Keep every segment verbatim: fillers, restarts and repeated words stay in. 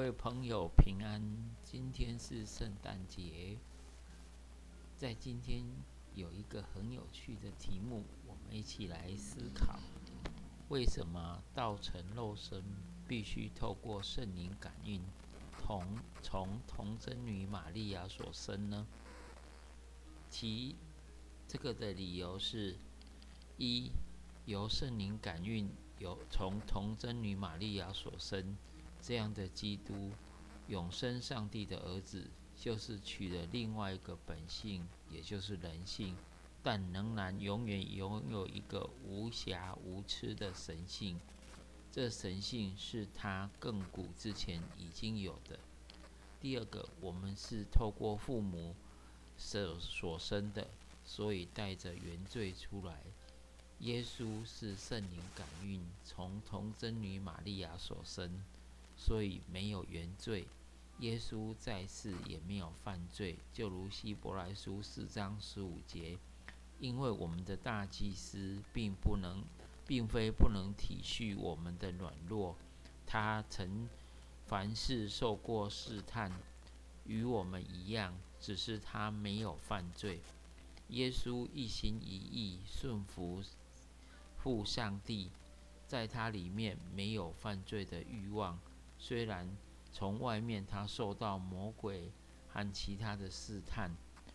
位朋友平安，今天是圣诞节，在今天有一个很有趣的题目，我们一起来思考：为什么道成肉身必须透过圣灵感应，同从童贞女玛利亚所生呢？其这个的理由是：一、由圣灵感应，由从童贞女玛利亚所生，这样的基督，永生上帝的儿子，就是取了另外一个本性，也就是人性，但仍然永远拥有一个无瑕无疵的神性。这神性是他亘古之前已经有的。第二个，我们是透过父母所生的，所以带着原罪出来。耶稣是圣灵感应，从童贞女玛利亚所生，所以没有原罪。耶稣在世也没有犯罪，就如希伯来书四章十五节，因为我们的大祭司并不能，并非不能体恤我们的软弱，他曾凡事受过试探，与我们一样，只是他没有犯罪。耶稣一心一意顺服父上帝，在他里面没有犯罪的欲望。虽然从外面他受到魔鬼和其他的试探，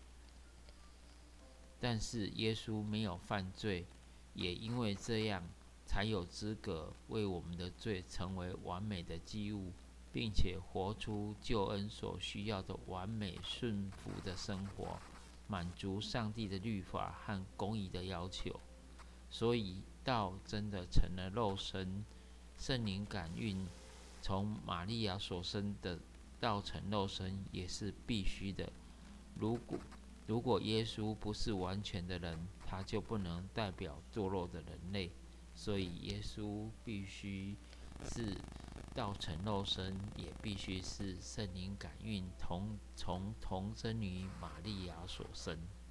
但是耶稣没有犯罪，也因为这样才有资格为我们的罪成为完美的祭物，并且活出救恩所需要的完美顺服的生活，满足上帝的律法和公义的要求。所以道真的成了肉身，圣灵感应从玛利亚所生的道成肉身也是必须的。如果如果耶稣不是完全的人，他就不能代表堕落的人类，所以耶稣必须是道成肉身，也必须是圣灵感应同从童贞女玛利亚所生。